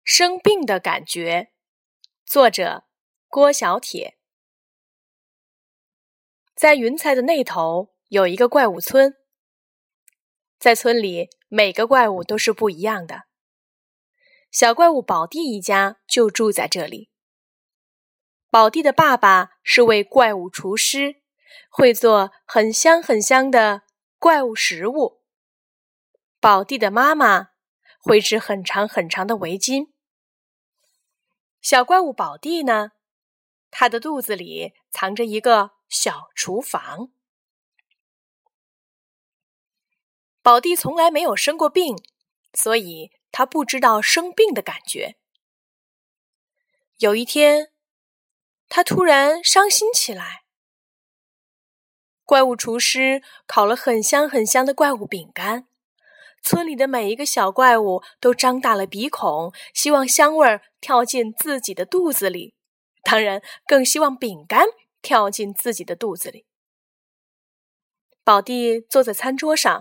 生病的感觉，作者郭小铁。在云彩的那头有一个怪物村，在村里每个怪物都是不一样的。小怪物宝弟一家就住在这里。宝弟的爸爸是位怪物厨师，会做很香很香的怪物食物。宝弟的妈妈会织很长很长的围巾。小怪物宝弟呢，他的肚子里藏着一个小厨房。宝弟从来没有生过病，所以他不知道生病的感觉。有一天，他突然伤心起来。怪物厨师烤了很香很香的怪物饼干，村里的每一个小怪物都张大了鼻孔，希望香味儿跳进自己的肚子里，当然更希望饼干跳进自己的肚子里。宝弟坐在餐桌上，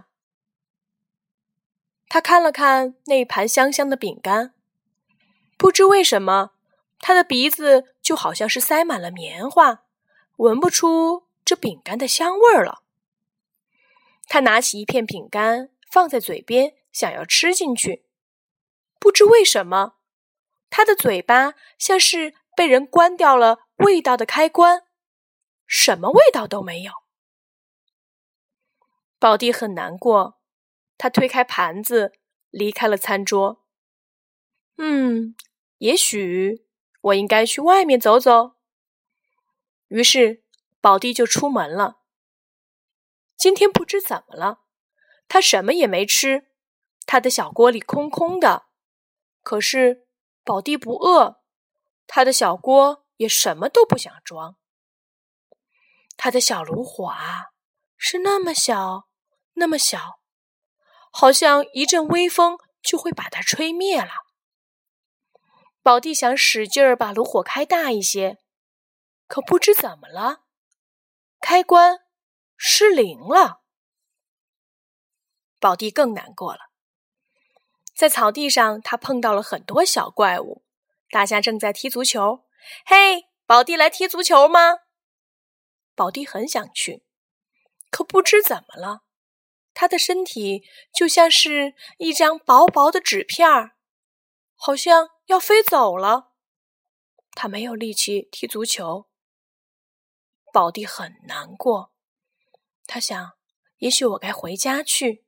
他看了看那盘香香的饼干，不知为什么，他的鼻子就好像是塞满了棉花，闻不出这饼干的香味儿了。他拿起一片饼干放在嘴边，想要吃进去，不知为什么，他的嘴巴像是被人关掉了味道的开关，什么味道都没有。宝弟很难过，他推开盘子，离开了餐桌。也许我应该去外面走走。于是宝弟就出门了。今天不知怎么了，他什么也没吃，他的小锅里空空的。可是宝弟不饿，他的小锅也什么都不想装。他的小炉火是那么小，那么小，好像一阵微风就会把它吹灭了。宝弟想使劲儿把炉火开大一些，可不知怎么了，开关失灵了。宝弟更难过了。在草地上，他碰到了很多小怪物，大家正在踢足球。嘿，宝弟来踢足球吗？宝弟很想去，可不知怎么了，他的身体就像是一张薄薄的纸片儿，好像要飞走了。他没有力气踢足球。宝弟很难过，他想，也许我该回家去。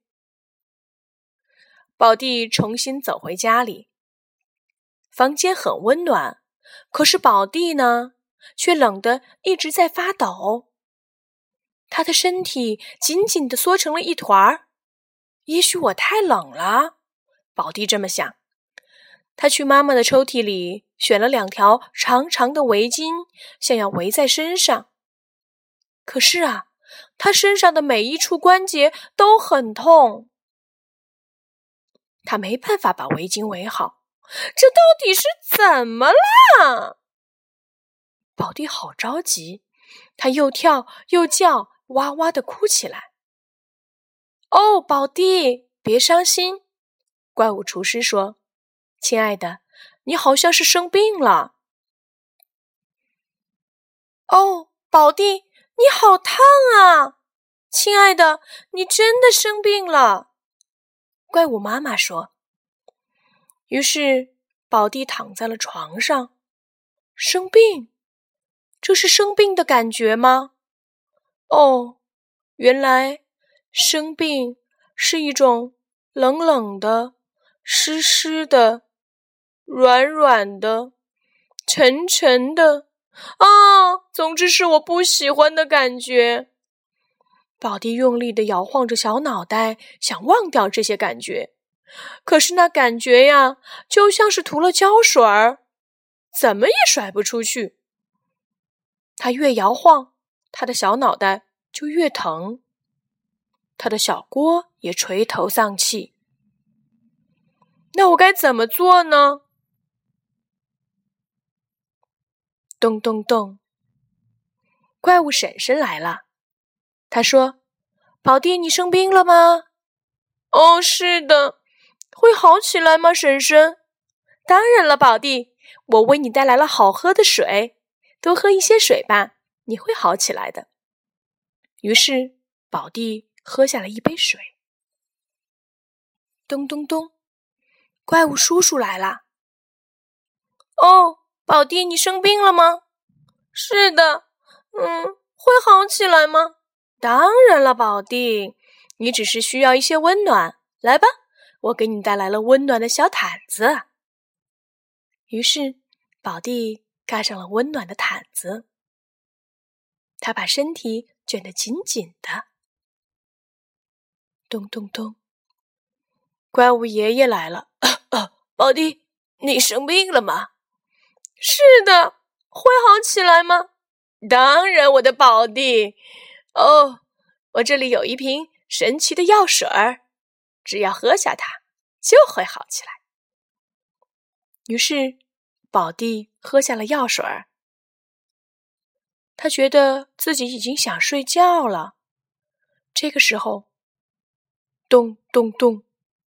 宝弟重新走回家里，房间很温暖，可是宝弟呢，却冷得一直在发抖。他的身体紧紧地缩成了一团儿。也许我太冷了，宝弟这么想。他去妈妈的抽屉里选了2条长长的围巾，想要围在身上。可是他身上的每一处关节都很痛。他没办法把围巾围好，这到底是怎么了？宝弟好着急，他又跳又叫，哇哇地哭起来。哦，宝弟，别伤心，怪物厨师说，亲爱的，你好像是生病了。哦，宝弟，你好烫啊！亲爱的，你真的生病了。怪物妈妈说。于是宝弟躺在了床上。生病？这是生病的感觉吗？哦，原来生病是一种冷冷的、湿湿的、软软的、沉沉的总之是我不喜欢的感觉。宝弟用力地摇晃着小脑袋，想忘掉这些感觉。可是那感觉就像是涂了胶水儿，怎么也甩不出去。他越摇晃，他的小脑袋就越疼，他的小锅也垂头丧气。那我该怎么做呢？咚咚咚，怪物婶婶来了。他说，宝弟，你生病了吗？哦，是的。会好起来吗，婶婶？ 当然了，宝弟，我为你带来了好喝的水，多喝一些水吧，你会好起来的。于是，宝弟喝下了一杯水。咚咚咚，怪物叔叔来了。哦，宝弟，你生病了吗？是的，会好起来吗？当然了，宝弟，你只是需要一些温暖。来吧，我给你带来了温暖的小毯子。于是，宝弟盖上了温暖的毯子，他把身体卷得紧紧的。咚咚咚，怪物爷爷来了。宝弟，你生病了吗？是的，会好起来吗？当然，我的宝弟。哦，我这里有一瓶神奇的药水儿，只要喝下它，就会好起来。于是，宝弟喝下了药水儿。他觉得自己已经想睡觉了。这个时候，咚咚咚，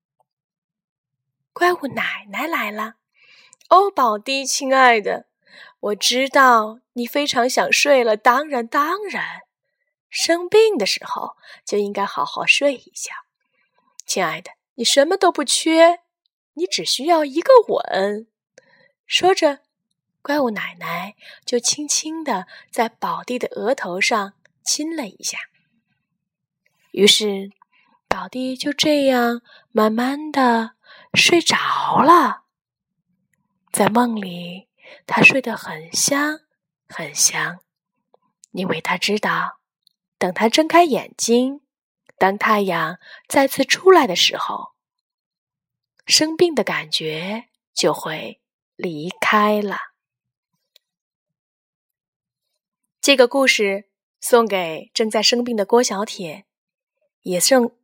怪物奶奶来了。哦，宝弟，亲爱的，我知道你非常想睡了。当然，生病的时候就应该好好睡一觉。亲爱的，你什么都不缺，你只需要一个吻。说着，怪物奶奶就轻轻地在宝弟的额头上亲了一下。于是，宝弟就这样慢慢地睡着了。在梦里，他睡得很香，很香，因为他知道，等他睁开眼睛，当太阳再次出来的时候，生病的感觉就会离开了。这个故事送给正在生病的郭小铁，也送